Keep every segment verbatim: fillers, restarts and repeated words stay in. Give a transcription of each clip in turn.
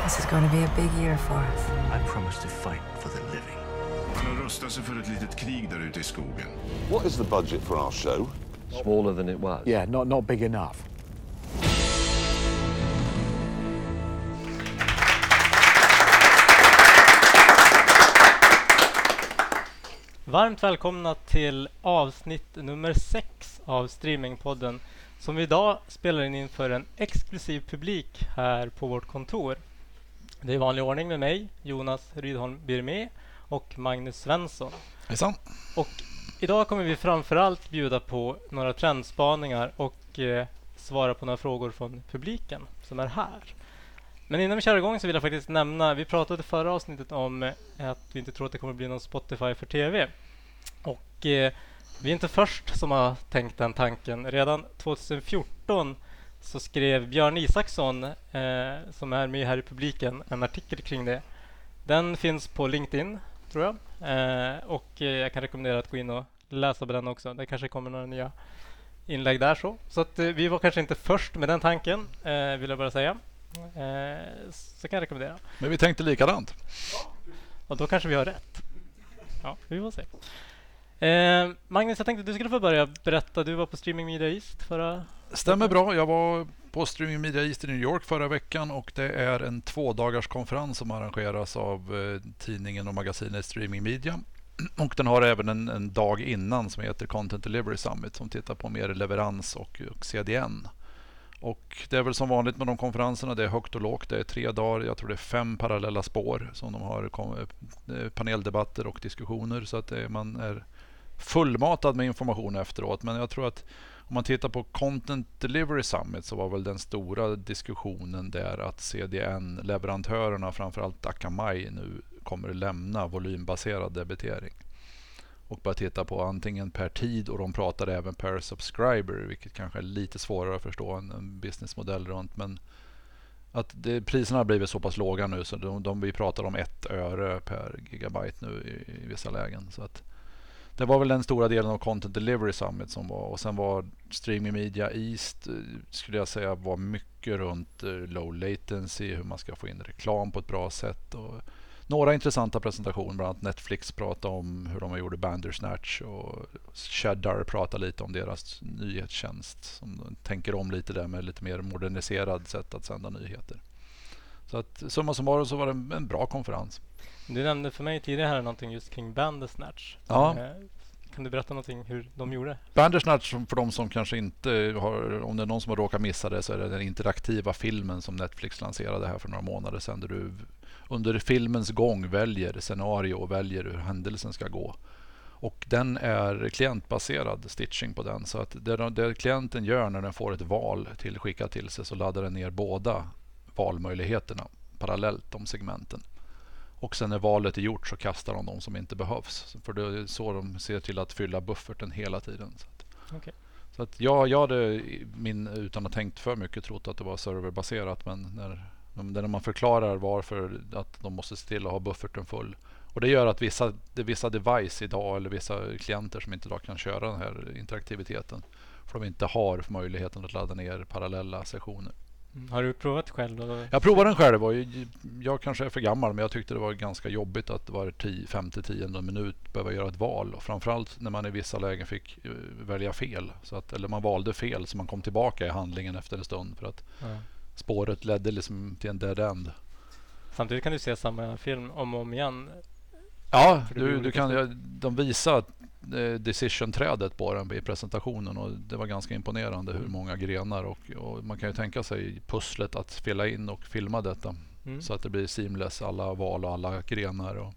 This is going to be a big year for us. I promise to fight for the living. Han har rustat sig för ett litet krig där ute i skogen. What is the budget for our show? Smaller than it was. Yeah, not not big enough. Varmt välkomna till avsnitt nummer sex av Streamingpodden som vi idag spelar in inför en exklusiv publik här på vårt kontor. Det är vanlig ordning med mig, Jonas Rydholm Birmé och Magnus Svensson. Hejsan. Och idag kommer vi framförallt bjuda på några trendspaningar och eh, svara på några frågor från publiken som är här. Men innan vi kör igång så vill jag faktiskt nämna, vi pratade förra avsnittet om eh, att vi inte tror att det kommer bli någon Spotify för tv. Och eh, vi är inte först som har tänkt den tanken. Redan tjugohundrafjorton så skrev Björn Isaksson, eh, som är med här i publiken, en artikel kring det. Den finns på LinkedIn, tror jag. Eh, och eh, jag kan rekommendera att gå in och läsa på den också. Det kanske kommer några nya inlägg där så. Så att eh, vi var kanske inte först med den tanken, eh, vill jag bara säga. Eh, så kan jag rekommendera. Men vi tänkte likadant. Och då kanske vi har rätt. Ja, vi får se. Eh, Magnus, jag tänkte att du skulle få börja berätta. Du var på Streaming Media East förra... Stämmer bra. Jag var på Streaming Media East i New York förra veckan och det är en tvådagars konferens som arrangeras av eh, tidningen och magasinet Streaming Media. Och den har även en, en dag innan som heter Content Delivery Summit som tittar på mer leverans och, och C D N. Och det är väl som vanligt med de konferenserna, det är högt och lågt, det är tre dagar, jag tror det är fem parallella spår som de har, paneldebatter och diskussioner, så att det, man är fullmatad med information efteråt. Men jag tror att om man tittar på Content Delivery Summit så var väl den stora diskussionen där att C D N-leverantörerna, framförallt Akamai, nu kommer att lämna volymbaserad debitering och bara titta på antingen per tid, och de pratar även per subscriber, vilket kanske är lite svårare att förstå en, en businessmodell runt, men att det, priserna har blivit så pass låga nu så de, de vi pratar om ett öre per gigabyte nu i, i vissa lägen, så att det var väl den stora delen av Content Delivery Summit som var, och sen var Streaming Media East, skulle jag säga, var mycket runt low latency, hur man ska få in reklam på ett bra sätt, och några intressanta presentationer, bland annat Netflix pratade om hur de gjorde Bandersnatch och Cheddar pratade lite om deras nyhetstjänst som de tänker om lite där med lite mer moderniserad sätt att sända nyheter. Så att summa summarum så var det en, en bra konferens. Du nämnde för mig tidigare här någonting just kring Bandersnatch. Ja. Kan du berätta någonting hur de gjorde? Bandersnatch, för de som kanske inte har, om det är någon som har råkat missa det, så är det den interaktiva filmen som Netflix lanserade här för några månader sedan, där du under filmens gång väljer scenario och väljer hur händelsen ska gå. Och den är klientbaserad stitching på den, så att det, det klienten gör när den får ett val tillskickat till sig, så laddar den ner båda valmöjligheterna parallellt, de segmenten. Och sen när valet är gjort så kastar de de som inte behövs. För det är så de ser till att fylla bufferten hela tiden. Så att, okay. så att jag, jag hade min, utan att ha tänkt för mycket, trott att det var serverbaserat. Men när, när man förklarar varför att de måste se till att ha bufferten full. Och det gör att vissa, det är vissa device idag, eller vissa klienter som inte idag kan köra den här interaktiviteten. För de inte har möjligheten att ladda ner parallella sessioner. Mm. Har du provat själv då? Jag provade den själv. Och jag kanske är för gammal, men jag tyckte det var ganska jobbigt att var fem till tio minut behöva göra ett val. Och framförallt när man i vissa lägen fick välja fel. Så att, eller man valde fel så man kom tillbaka i handlingen efter en stund. För att ja. spåret ledde liksom till en dead end. Samtidigt kan du se samma film om och om igen. Ja, du, du kan, de visar decision-trädet på den i presentationen, och det var ganska imponerande hur många grenar, och, och man kan ju tänka sig pusslet att spela in och filma detta mm. så att det blir seamless, alla val och alla grenar. Och...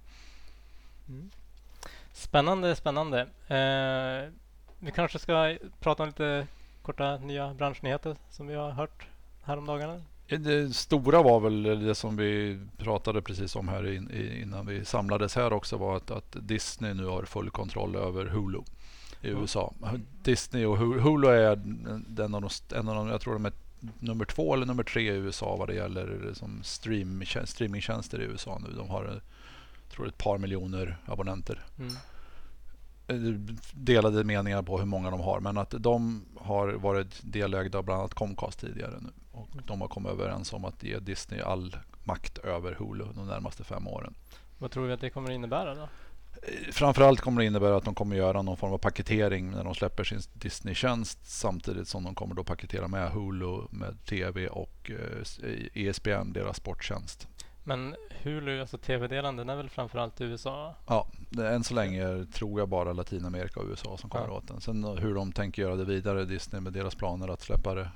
Mm. Spännande, spännande. Eh, vi kanske ska prata om lite korta nya branschnyheter som vi har hört häromdagarna. Det stora var väl det som vi pratade precis om här in, innan vi samlades här också, var att, att Disney nu har full kontroll över Hulu i U S A. Mm. Disney och Hulu är den av de, en av de, jag tror de är nummer två eller nummer tre i U S A vad det gäller som stream, streamingtjänster i U S A nu. De har, jag tror, ett par miljoner abonnenter. Mm. delade meningar på hur många de har, men att de har varit delägda av bland annat Comcast tidigare nu. Och de har kommit överens om att ge Disney all makt över Hulu de närmaste fem åren. Vad tror vi att det kommer att innebära då? Framförallt kommer det innebära att de kommer göra någon form av paketering när de släpper sin Disney-tjänst, samtidigt som de kommer då paketera med Hulu med T V och E S P N, deras sporttjänst. Men Hulu, alltså tv-delen, den är väl framförallt i U S A? Ja, det är än så länge tror jag bara Latinamerika och U S A som kommer ja. åt den. Sen hur de tänker göra det vidare, Disney, med deras planer att släppa det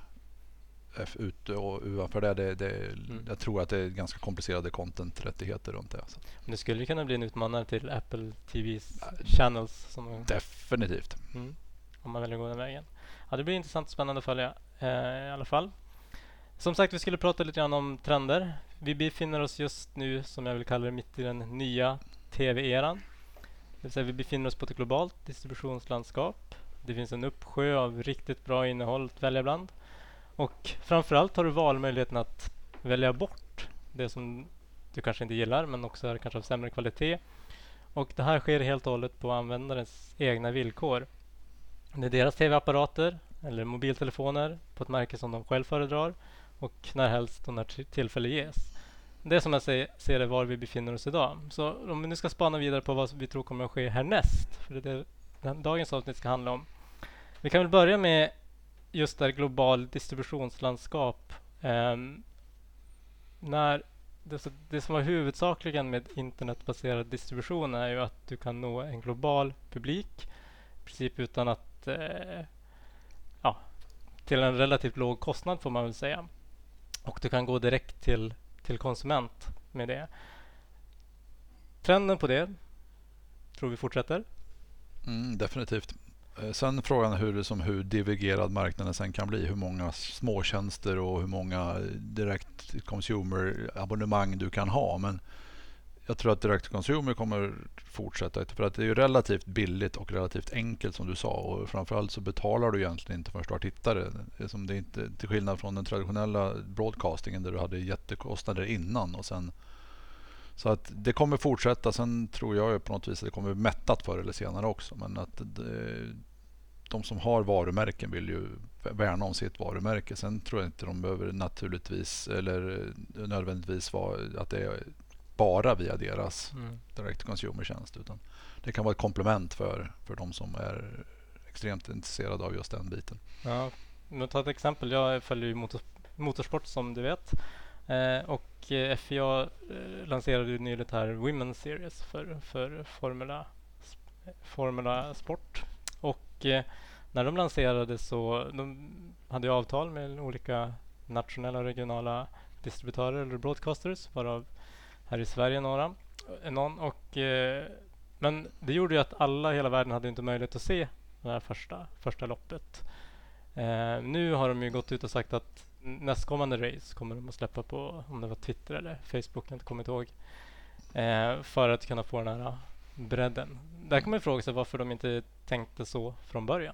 ut och utanför det, det, det mm. jag tror att det är ganska komplicerade content-rättigheter runt det. Så. Det skulle kunna bli en utmanare till Apple T V:s channels. Som Definitivt. Mm, om man väljer gå den vägen. Ja, det blir intressant och spännande att följa eh, i alla fall. Som sagt, vi skulle prata lite grann om trender. Vi befinner oss just nu, som jag vill kalla det, mitt i den nya tv-eran. Det vill säga, vi befinner oss på ett globalt distributionslandskap. Det finns en uppsjö av riktigt bra innehåll att välja bland. Och framförallt har du valmöjligheten att välja bort det som du kanske inte gillar, men också är kanske av sämre kvalitet. Och det här sker helt och hållet på användarens egna villkor. Det är deras tv-apparater eller mobiltelefoner på ett märke som de själv föredrar, och när helst och när tillfälle ges. Det är som jag säger, ser det var vi befinner oss idag. Så om vi nu ska spana vidare på vad vi tror kommer att ske härnäst, för det är det dagens avsnitt ska handla om. Vi kan väl börja med just där global distributionslandskap. Um, när det, det som var huvudsakligen med internetbaserad distribution är ju att du kan nå en global publik i princip utan att eh, ja, till en relativt låg kostnad får man väl säga. Och du kan gå direkt till, till konsument med det. Trenden på det tror vi fortsätter. Mm, definitivt. Sen frågan är hur, som hur divergerad marknaden sen kan bli. Hur många småtjänster och hur många direct consumer abonnemang du kan ha. Men jag tror att direct consumer kommer fortsätta. För att det är ju relativt billigt och relativt enkelt som du sa. Och framförallt så betalar du egentligen inte förrän du har tittare. Det är som det är inte, till skillnad från den traditionella broadcastingen där du hade jättekostnader innan. Och sen, så att det kommer fortsätta. Sen tror jag på något vis att det kommer mättat förr eller senare också. Men att det, de som har varumärken vill ju värna om sitt varumärke. Sen tror jag inte de behöver naturligtvis eller nödvändigtvis vara att det är bara via deras mm. direct consumer-tjänst, utan det kan vara ett komplement för, för de som är extremt intresserade av just den biten. Ja, men ta ett exempel. Jag följer ju motor, motorsport som du vet. Eh, och eh, F I A eh, lanserade ju nyligt här Women's Series för, för Formula, Formula Sport. Och eh, när de lanserade så de hade ju avtal med olika nationella och regionala distributörer eller broadcasters, varav här i Sverige några. Någon, och, eh, men det gjorde ju att alla i hela världen hade inte möjlighet att se det här första, första loppet. Eh, nu har de ju gått ut och sagt att nästkommande race kommer de att släppa på, om det var Twitter eller Facebook, jag har inte kommit ihåg, eh, för att kunna få den här bredden. Där kan man fråga sig varför de inte tänkte så från början.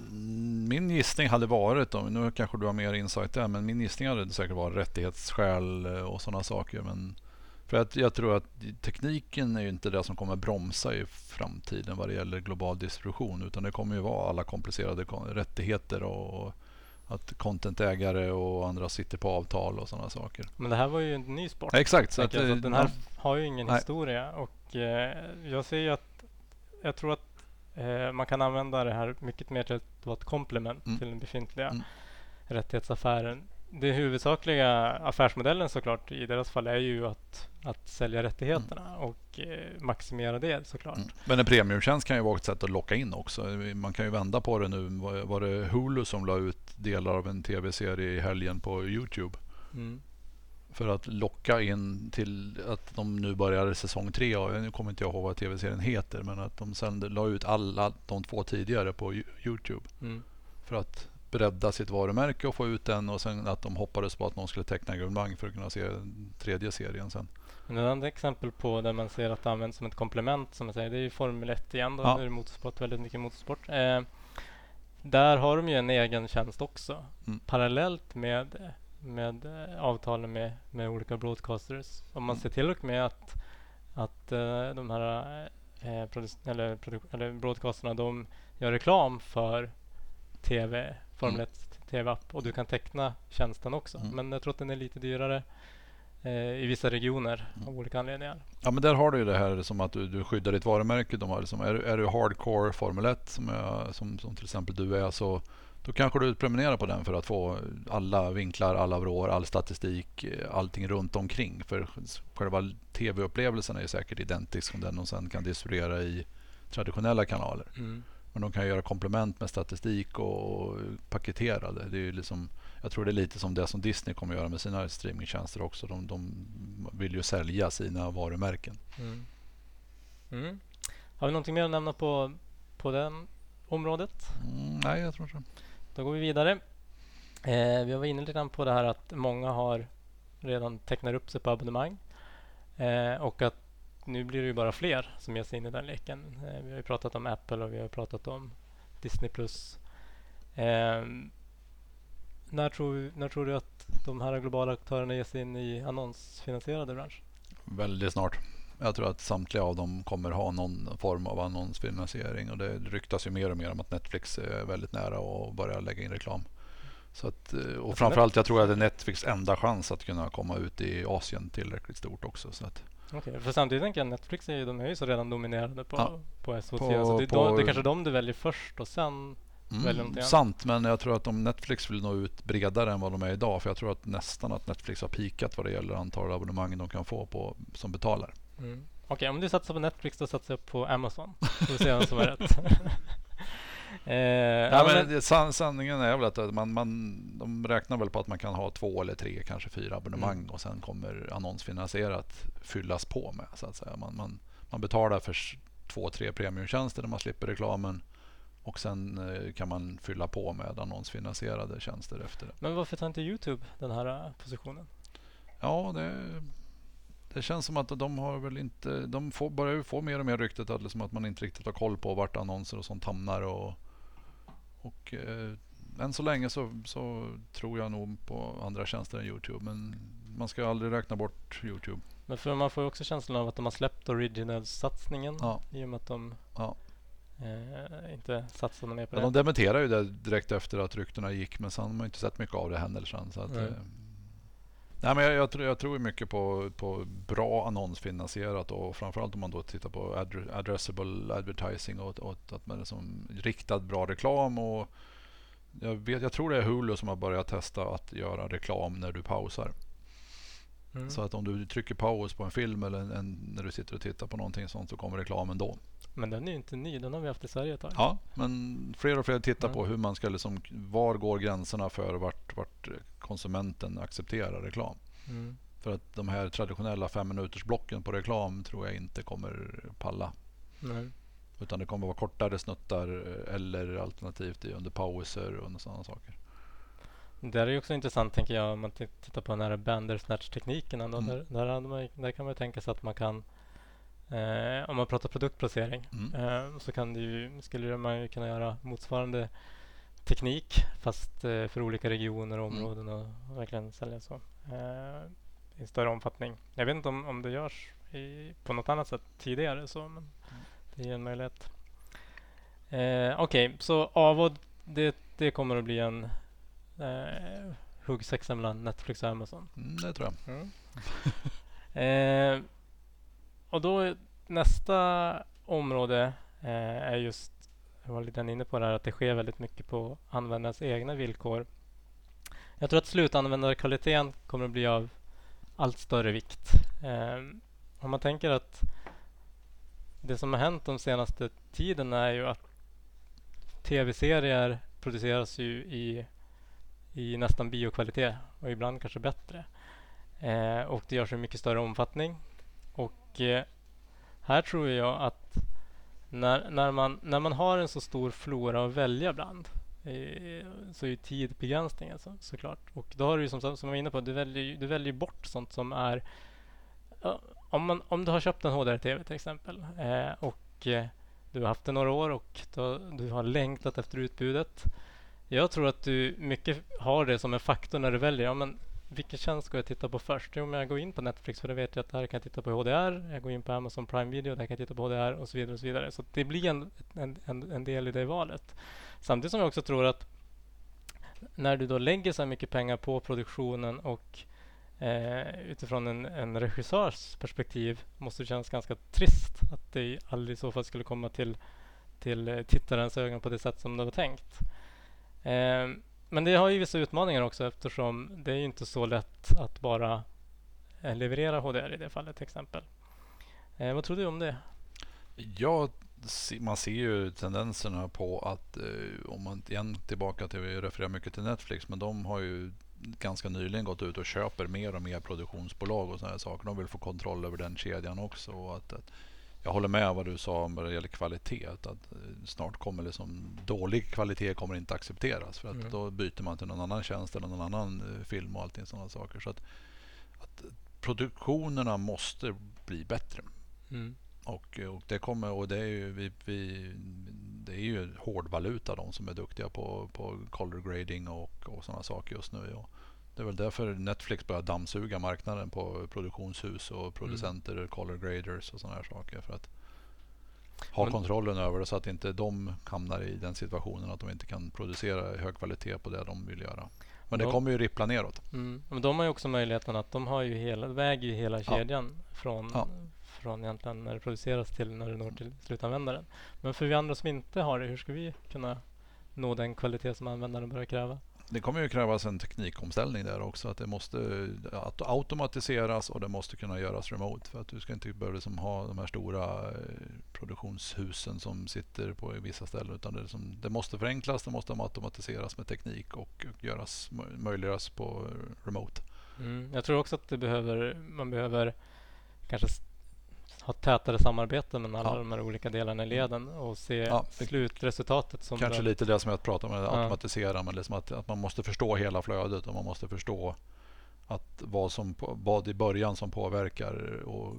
Min gissning hade varit, nu kanske du har mer insight där, men min gissning hade säkert varit rättighetsskäl och sådana saker. Men för att jag tror att tekniken är ju inte det som kommer bromsa i framtiden vad det gäller global distribution, utan det kommer ju vara alla komplicerade rättigheter och att contentägare och andra sitter på avtal och sådana saker. Men det här var ju en ny sport. Ja, exakt. Så att, så att den här ja. har ju ingen Nej. historia. Och eh, jag ser ju att jag tror att eh, man kan använda det här mycket mer till att vara ett komplement mm. till den befintliga mm. rättighetsaffären. Det huvudsakliga affärsmodellen såklart i deras fall är ju att, att sälja rättigheterna mm. och eh, maximera det såklart. Mm. Men en premiumtjänst kan ju vara ett sätt att locka in också. Man kan ju vända på det nu. Var, var det Hulu som la ut delar av en tv-serie i helgen på YouTube? Mm. För att locka in till att de nu börjar säsong tre. Och nu kommer inte jag ihåg vad tv-serien heter, men att de sen la ut alla de två tidigare på YouTube. Mm. För att bredda sitt varumärke och få ut den, och sen att de hoppades på att någon skulle teckna grundvagn för att kunna se tredje serien sen. Men ett annat exempel på där man ser att det används som ett komplement, som jag säger, det är ju Formel ett igen då, ja. Nu är det motorsport, väldigt mycket motorsport. Eh, där har de ju en egen tjänst också, mm. parallellt med, med eh, avtalen med, med olika broadcasters. Om man mm. ser till och med att, att eh, de här eh, produc- eller, produ- eller broadcasterna, de gör reklam för T V, Formel ett T V-app, och du kan teckna tjänsten också. Mm. Men jag tror att den är lite dyrare eh, i vissa regioner Mm. av olika anledningar. Ja, men där har du ju det här som att du, du skyddar ditt varumärke. De har liksom, är, du- är du hardcore Formel ett som, är, som, som till exempel du är, så då kanske du prenumererar på den för att få alla vinklar, alla vrår, all statistik, eh, allting runt omkring. För själva tv-upplevelsen är ju säkert identisk som den de sen kan distribuera i traditionella kanaler. Mm. Men de kan göra komplement med statistik och paketera det. Det är ju liksom, jag tror det är lite som det som Disney kommer göra med sina streamingtjänster också. De, de vill ju sälja sina varumärken. Mm. Mm. Har vi någonting mer att nämna på, på den området? Mm, nej, jag tror inte. Då går vi vidare. Eh, vi var inne lite grann på det här att många har redan tecknat upp sig på abonnemang. Eh, och att nu blir det ju bara fler som ger sig in i den leken. Eh, vi har ju pratat om Apple och vi har pratat om Disney plus. Eh, när, tror, när tror du att de här globala aktörerna ger sig in i annonsfinansierade branscher? Väldigt snart. Jag tror att samtliga av dem kommer ha någon form av annonsfinansiering, och det ryktas ju mer och mer om att Netflix är väldigt nära att börja lägga in reklam. Så att, och framförallt jag tror att det är Netflix enda chans att kunna komma ut i Asien tillräckligt stort också. Så att Okej, för samtidigt tänker jag att Netflix är ju, de är ju så redan dominerade på, Ja. på S V T. På- Så det, på- då, det är kanske de du väljer först och sen väljer någonting annat. sant, men jag tror att om Netflix vill nå ut bredare än vad de är idag, för jag tror att nästan att Netflix har pikat vad det gäller antal abonnemang de kan få på som betalar. Mm. Okej, om du satsar på Netflix, då satsar jag på Amazon. Får vi se vem som är rätt. eh, Ja, ja, men men, det, san, sanningen är väl att man, man, de räknar väl på att man kan ha två eller tre, kanske fyra abonnemang Mm. och sen kommer annonsfinansierat fyllas på med. Så att säga. Man, man, man betalar för s- två, tre premiumtjänster där man slipper reklamen, och sen eh, kan man fylla på med annonsfinansierade tjänster efter det. men varför tar inte YouTube den här uh, positionen? Ja, det, det känns som att de har väl inte, de får, börjar ju få mer och mer ryktet att, liksom att man inte riktigt har koll på vart annonser och sånt hamnar, och, och eh, än så länge så, så tror jag nog på andra tjänster än YouTube, men man ska ju aldrig räkna bort YouTube. Men för man får ju också känslan av att de har släppt original-satsningen Ja. i och med att de Ja. eh, inte satsar mer på Ja, det. de dementerar ju det direkt efter att ryktena gick, men sen har man inte sett mycket av det heller sen. Så att, Nej. eh, nej, men jag, jag, tror, jag tror mycket på, på bra annonsfinansierat, och framförallt om man då tittar på addre, addressable advertising och, och att man liksom riktad bra reklam. Och jag, vet, jag tror det är Hulu som har börjat testa att göra reklam när du pausar. Mm. Så att om du trycker paus på en film eller en, en, när du sitter och tittar på någonting sånt, så kommer reklamen då. Men den är ju inte ny, den har vi haft i Sverige ett tag. Ja, men fler och fler tittar Mm. på hur man ska liksom, var går gränserna för vart, vart konsumenten accepterar reklam. Mm. För att de här traditionella fem minuters blocken på reklam tror jag inte kommer palla. Nej. Utan det kommer vara kortare snuttar eller alternativt under pauser och sådana saker. Det är ju också intressant, tänker jag, om man t- tittar på den här Bandersnatch-tekniken. ändå. Mm. Där, där, hade man, där kan man ju tänka sig att man kan, eh, om man pratar produktplacering, Mm. eh, så kan det ju, skulle man ju kunna göra motsvarande teknik, fast eh, för olika regioner och Mm. områden, och verkligen sälja så eh, i större omfattning. Jag vet inte om, om det görs i, på något annat sätt tidigare, så, men det är en möjlighet. Eh, Okej, så Avod, det, det kommer att bli en eh, huggsexa mellan Netflix och Amazon. Mm, det tror jag. Mm. eh, och då nästa område eh, är just, jag var lite inne på det här, att det sker väldigt mycket på användarens egna villkor. Jag tror att slutanvändarkvaliteten kommer att bli av allt större vikt. Eh, om man tänker att det som har hänt de senaste tiden är ju att tv-serier produceras ju i, i nästan biokvalitet, och ibland kanske bättre. Eh, och det görs i mycket större omfattning. Och eh, här tror jag att när, när, man, när man har en så stor flora att välja bland, eh, så är ju tid begränsningen så, såklart. Och då har du ju, som, som jag var inne på, du väljer, du väljer bort sånt som är... Ja, om, man, om du har köpt en H D R-T V till exempel, eh, och eh, du har haft den några år och då, du har längtat efter utbudet. Jag tror att du mycket har det som en faktor när du väljer. Ja, men vilken tjänst ska jag titta på först? Jo, men jag går in på Netflix för det vet jag att där kan jag titta på H D R. Jag går in på Amazon Prime Video, där kan jag titta på H D R och så vidare och så vidare. Så det blir en, en, en, en del i det valet. Samtidigt som jag också tror att när du då lägger så här mycket pengar på produktionen och eh, utifrån en, en regissörs perspektiv måste det kännas ganska trist att det aldrig i så fall skulle komma till, till tittarens ögon på det sätt som det var tänkt. Eh, men det har ju vissa utmaningar också eftersom det är ju inte så lätt att bara eh, leverera H D R i det fallet till exempel. Eh, vad tror du om det? Ja, man ser ju tendenserna på att eh, om man igen tillbaka till, vi refererar mycket till Netflix, men de har ju ganska nyligen gått ut och köper mer och mer produktionsbolag och sådana här saker. De vill få kontroll över den kedjan också. Och att, att, jag håller med vad du sa om vad det gäller kvalitet. Att, att snart kommer liksom dålig kvalitet kommer inte accepteras. För att mm. då byter man till någon annan tjänst eller någon annan uh, film och allting sådana saker. Så att, att produktionerna måste bli bättre. Mm. Och, och det kommer och det är ju vi, vi, det är ju hårdvaluta de som är duktiga på, på color grading och, och sådana saker just nu. Och det är väl därför Netflix börjar dammsuga marknaden på produktionshus och producenter, mm. color graders och sådana här saker för att ha Men, kontrollen över det så att inte de hamnar i den situationen att de inte kan producera hög kvalitet på det de vill göra. Men det de, kommer ju rippla neråt. Mm, men de har ju också möjligheten att de har ju hela, väger ju hela kedjan ja. från ja. från egentligen när det produceras till när det når till slutanvändaren. Men för vi andra som inte har det, hur ska vi kunna nå den kvalitet som användaren börjar kräva? Det kommer ju krävas en teknikomställning där också. Att det måste att automatiseras och det måste kunna göras remote. För att du ska inte behöva liksom ha de här stora produktionshusen som sitter på vissa ställen. Utan det, som, det måste förenklas, det måste automatiseras med teknik och göras möjliggöras på remote. Mm, jag tror också att det behöver, man behöver kanske ha tätare samarbete med alla ja. de här olika delarna i leden och se ja, slutresultatet. Som kanske det... lite det som jag pratar om, att ja. automatisera, men liksom att, att man måste förstå hela flödet och man måste förstå att vad, som, vad i början som påverkar och,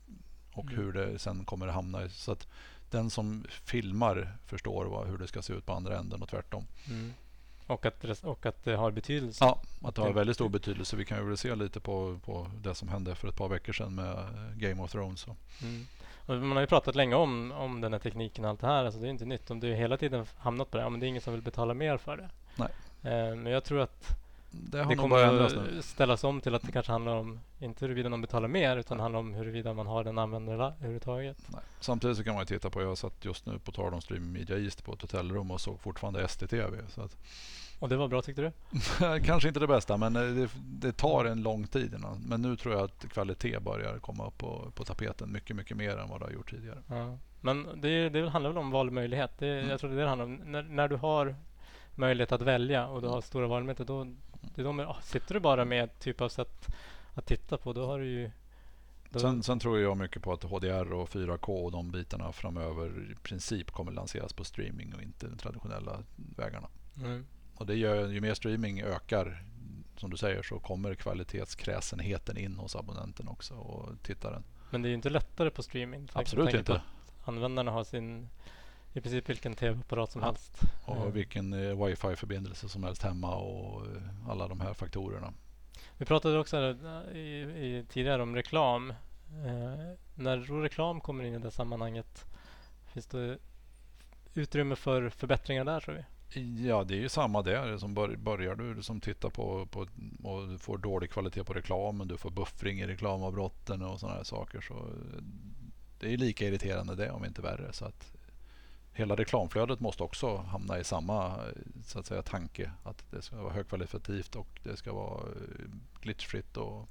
och mm. hur det sen kommer att hamna. Så att den som filmar förstår vad, hur det ska se ut på andra änden och tvärtom. Mm. Och att, det, och att det har betydelse. Ja, att det har väldigt stor betydelse. Vi kan ju väl se lite på, på det som hände för ett par veckor sedan med Game of Thrones. Mm. Och man har ju pratat länge om, om den här tekniken och allt det här. Alltså det är inte nytt. Om du hela tiden hamnat på det, ja, men det är ingen som vill betala mer för det. Nej. Eh, men jag tror att det, det kommer att ställas om till att det kanske handlar om inte huruvida man betalar mer utan handlar om huruvida man har den användare överhuvudtaget. Nej. Samtidigt så kan man ju titta på, jag satt just nu på tal om Streaming Media East på ett hotellrum och såg fortfarande S D T V. Så att och det var bra tyckte du? Kanske inte det bästa, men det, det tar en lång tid innan. Men nu tror jag att kvalitet börjar komma upp på, på tapeten mycket, mycket mer än vad det har gjort tidigare. Ja. Men det, det handlar väl om valmöjlighet. Det, mm. Jag tror det, det handlar om. När, när du har möjlighet att välja och du har stora valmöjligheter, då, det är de, oh, sitter du bara med ett typ av sätt att titta på, då har du ju... Då... Sen, sen tror jag mycket på att H D R och fyra K och de bitarna framöver i princip kommer lanseras på streaming och inte de traditionella vägarna. Mm. Och det gör, ju mer streaming ökar, som du säger, så kommer kvalitetskräsenheten in hos abonnenten också och tittaren. Men det är ju inte lättare på streaming. Absolut inte. Användarna har sin, i princip vilken tv-apparat som ja. helst. Och mm. vilken eh, wifi-förbindelse som helst hemma och eh, alla de här faktorerna. Vi pratade också i, i, tidigare om reklam. Eh, när reklam kommer in i det sammanhanget, finns det utrymme för förbättringar där, tror vi? Ja, det är ju samma där. Som bör, börjar du som tittar på, på och du får dålig kvalitet på reklamen, du får buffring i reklamavbrotten och sådana här saker. Så det är lika irriterande det, om inte värre. Så att hela reklamflödet måste också hamna i samma så att säga tanke. Att det ska vara högkvalitativt och det ska vara glitchfritt. Och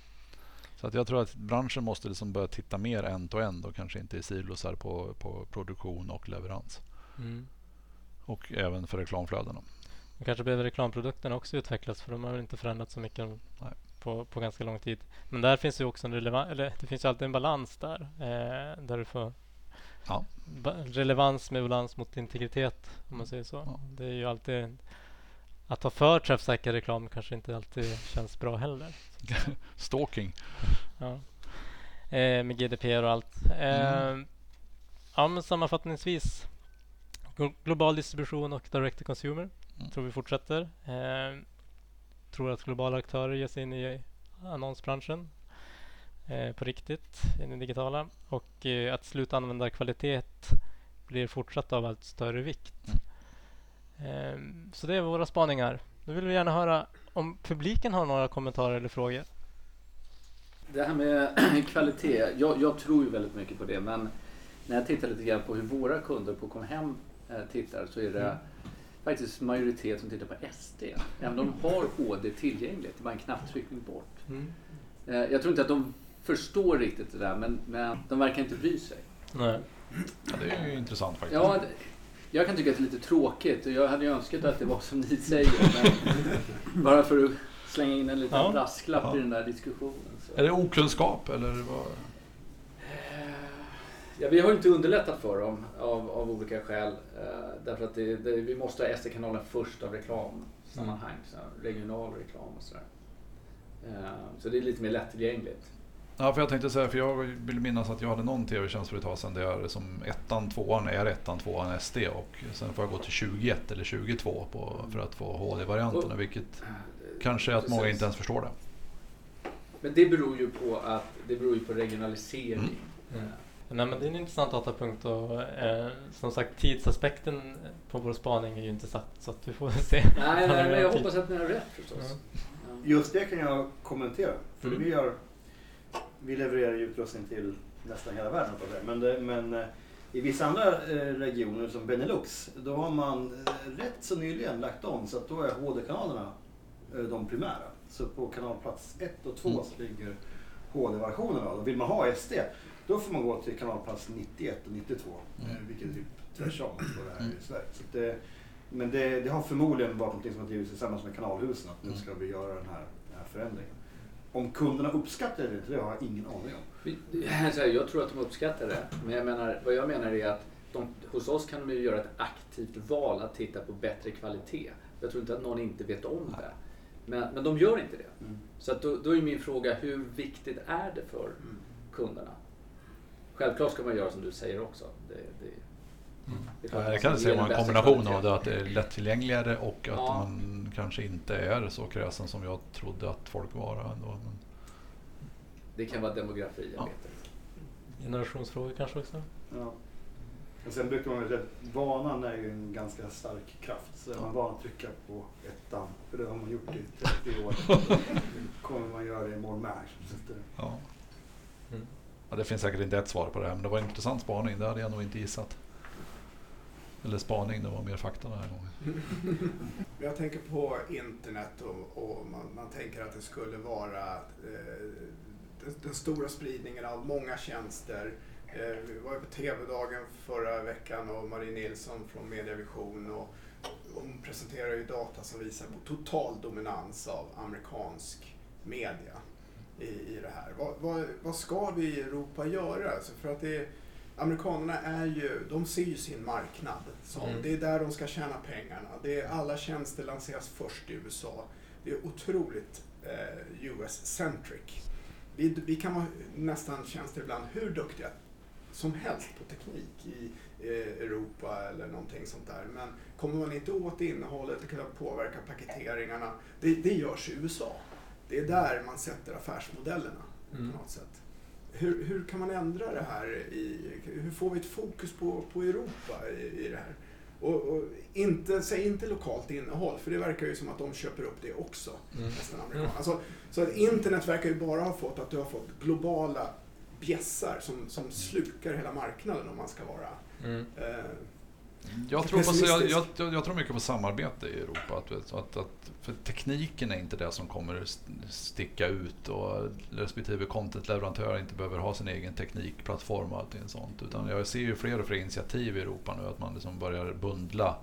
så att jag tror att branschen måste liksom börja titta mer end-to-end och kanske inte i silosar på, på produktion och leverans. Mm. Och även för reklamflödena. Och kanske behöver reklamprodukterna också utvecklas, för de har väl inte förändrats så mycket på, på ganska lång tid. Men där finns ju också en relevans, eller det finns ju alltid en balans där. Eh, där du får ja. ba- relevans med balans mot integritet, om man säger så. Ja. Det är ju alltid att ha för träffsäker reklam kanske inte alltid känns bra heller. Stalking. Ja. Eh, med G D P R och allt. Eh, mm. Ja, men sammanfattningsvis global distribution och direct to consumer. Mm. Tror vi fortsätter. Eh, tror att globala aktörer ger sig in i annonsbranschen eh, på riktigt, i den digitala. Och eh, att slutanvändarkvalitet blir fortsatt av allt större vikt. Eh, så det är våra spaningar. Nu vill vi gärna höra om publiken har några kommentarer eller frågor. Det här med kvalitet, jag, jag tror ju väldigt mycket på det, men när jag tittar lite grann på hur våra kunder på Comhem eh, tittar, så är det mm. faktiskt majoritet som tittar på S D. Även om de har H D tillgängligt, det är bara en knapptryckning bort. Mm. Eh, jag tror inte att de förstår riktigt det där, men, men de verkar inte bry sig. Nej. Ja, det är ju intressant faktiskt. Ja, det, jag kan tycka att det är lite tråkigt, och jag hade ju önskat att det var som ni säger, men bara för att slänga in en liten ja. brasklapp ja. i den där diskussionen. Så. Är det okunskap eller vad? Ja, vi har inte underlättat för dem av, av olika skäl. Eh, därför att det, det, vi måste ha S D-kanalen först av reklamsammanhang. Så regional reklam och sådär. Eh, så det är lite mer lättillgängligt. Ja, för jag tänkte säga, för jag vill minnas att jag hade någon tv-tjänst för ett tag sedan där som ettan, tvåan är ettan, tvåan S D, och sen får jag gå till tjugoett eller tjugotvå på, för att få H D-varianterna, vilket kanske är att många inte ens förstår det. Men det beror ju på att det beror ju på regionalisering. Mm. Mm. Nej, men det är en intressant datapunkt, och eh, som sagt, tidsaspekten på vår spaning är ju inte satt, så att vi får se. Nej, nej, men jag hoppas att ni har rätt förstås. Mm. Just det kan jag kommentera. För mm. vi, har, vi levererar ju utrustning till nästan hela världen. Men, det, men eh, i vissa andra eh, regioner som Benelux, då har man eh, rätt så nyligen lagt om, så att då är H D-kanalerna eh, de primära. Så på kanalplats ett och två mm. så ligger H D-versionerna. Då vill man ha S D, då får man gå till kanalplats nittioett och nittiotvå, mm. vilket är typ tvärtom på det här i Sverige. Så det, men det, det har förmodligen varit något som har drivits tillsammans med kanalhusen, att nu ska vi göra den här, den här förändringen. Om kunderna uppskattar det, det har jag ingen aning om. Jag tror att de uppskattar det, men jag menar, vad jag menar är att de, hos oss kan de ju göra ett aktivt val att titta på bättre kvalitet. Jag tror inte att någon inte vet om det. Men, men de gör inte det. Mm. Så att då, då är min fråga, hur viktigt är det för mm. kunderna? Självklart ska man göra som du säger också. Det, det, mm. det, ja, det kan säga vara en kombination av det, att det är lättillgängligare och att ja. man kanske inte är så kräsen som jag trodde att folk var ändå. Men... Det kan vara demografi, jag ja. vet inte. Generationsfrågor kanske också. Ja. Och sen brukar man säga att vanan är ju en ganska stark kraft. Så är man van att trycka på ettan, för det har man gjort i trettio år. Kommer man göra det i mål med. Ja. Mm. Ja, det finns säkert inte ett svar på det här, men det var en intressant spaning. Det hade jag nog inte gissat. Eller spaning, det var mer fakta den här gången. Jag tänker på internet, och, och man, man tänker att det skulle vara eh, den, den stora spridningen av många tjänster. Eh, vi var på T V-dagen förra veckan, och Marie Nilsson från Mediavision, och hon presenterar ju data som visar på total dominans av amerikansk media i, i det här. Vad, vad, vad ska vi i Europa göra? Alltså för att det, amerikanerna är ju, de ser ju sin marknad som, mm. det är där de ska tjäna pengarna. Det är, alla tjänster lanseras först i U S A. Det är otroligt eh, U S-centric. Vi, vi kan vara nästan tjänster ibland hur duktiga som helst på teknik i eh, Europa eller någonting sånt där. Men kommer man inte åt innehållet och kunna påverka paketeringarna, det, det görs i U S A. Det är där man sätter affärsmodellerna mm. på något sätt. Hur, hur kan man ändra det här? I, hur får vi ett fokus på, på Europa i, i det här? Och, och inte, säg inte lokalt innehåll, för det verkar ju som att de köper upp det också. Mm. Nästan amerikan. Alltså, så att internet verkar ju bara ha fått att du har fått globala bjässar som, som slukar hela marknaden, om man ska vara mm. eh, jag, tror på, jag, jag, jag tror mycket på samarbete i Europa. Att, att, att, för tekniken är inte det som kommer sticka ut, och respektive contentleverantör inte behöver ha sin egen teknikplattform och allting sånt. Utan jag ser ju fler och fler initiativ i Europa nu, att man liksom börjar bundla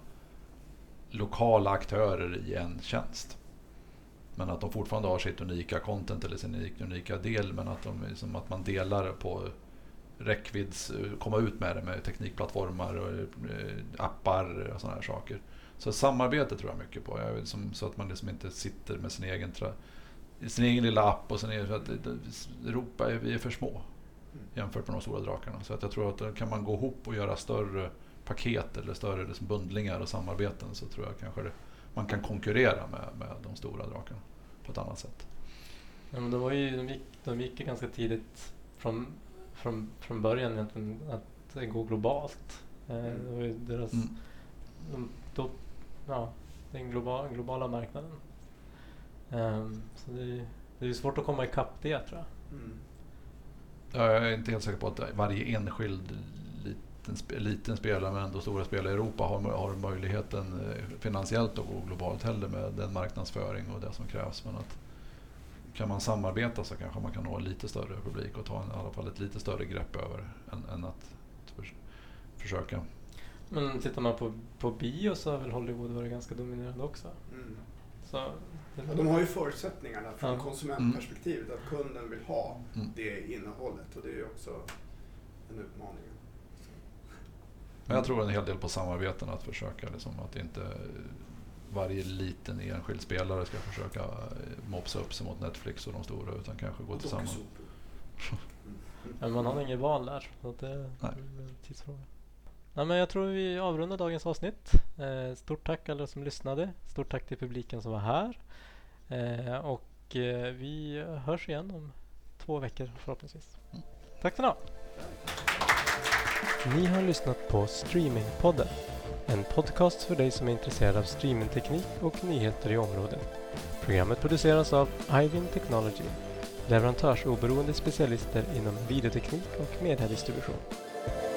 lokala aktörer i en tjänst. Men att de fortfarande har sitt unika content eller sin unika del, men att, de, liksom, att man delar på räckvidds, komma ut med det med teknikplattformar och appar och såna här saker. Så samarbete tror jag mycket på. Jag vill som, så att man liksom inte sitter med sin egen, tra, sin egen lilla app och sin egen, för att Europa är, vi är för små jämfört med de stora drakarna. Så att jag tror att kan man gå ihop och göra större paket eller större liksom bundlingar och samarbeten, så tror jag kanske det, man kan konkurrera med, med de stora drakarna. på ett annat sätt. Ja, men det var ju, de, gick, de gick ju ganska tidigt från, från, från början egentligen att gå globalt. Eh, det var ju deras, mm. de, då, ja, den globala, globala marknaden. Um, så det, det är svårt att komma ikapp det, tror jag. Mm. Jag är inte helt säker på att varje enskild liten, liten spelare men ändå stora spelare i Europa har, har möjligheten finansiellt att gå globalt heller med den marknadsföring och det som krävs. Men att kan man samarbeta så kanske man kan nå lite större publik och ta en, i alla fall ett lite större grepp över än, än att för, försöka. Men tittar man på, på bio så har väl Hollywood varit ganska dominerande också. Mm. Så, ja, de har ju förutsättningarna från ja. konsumentperspektivet mm. att kunden vill ha mm. det innehållet och det är ju också en utmaning. Men jag tror en hel del på samarbeten att försöka liksom, att inte varje liten enskild spelare ska försöka mopsa upp sig mot Netflix och de stora utan kanske gå tillsammans. Men man har inget val där så det är en tidsfråga. Ja, men jag tror vi avrundar dagens avsnitt. Eh, stort tack alla som lyssnade. Stort tack till publiken som var här. Eh, och eh, vi hörs igen om två veckor förhoppningsvis. Mm. Tack så mycket. Ni har lyssnat på Streamingpodden. En podcast för dig som är intresserad av streamingteknik och nyheter i området. Programmet produceras av Ivin Technology, leverantörsoberoende specialister inom videoteknik och mediedistribution.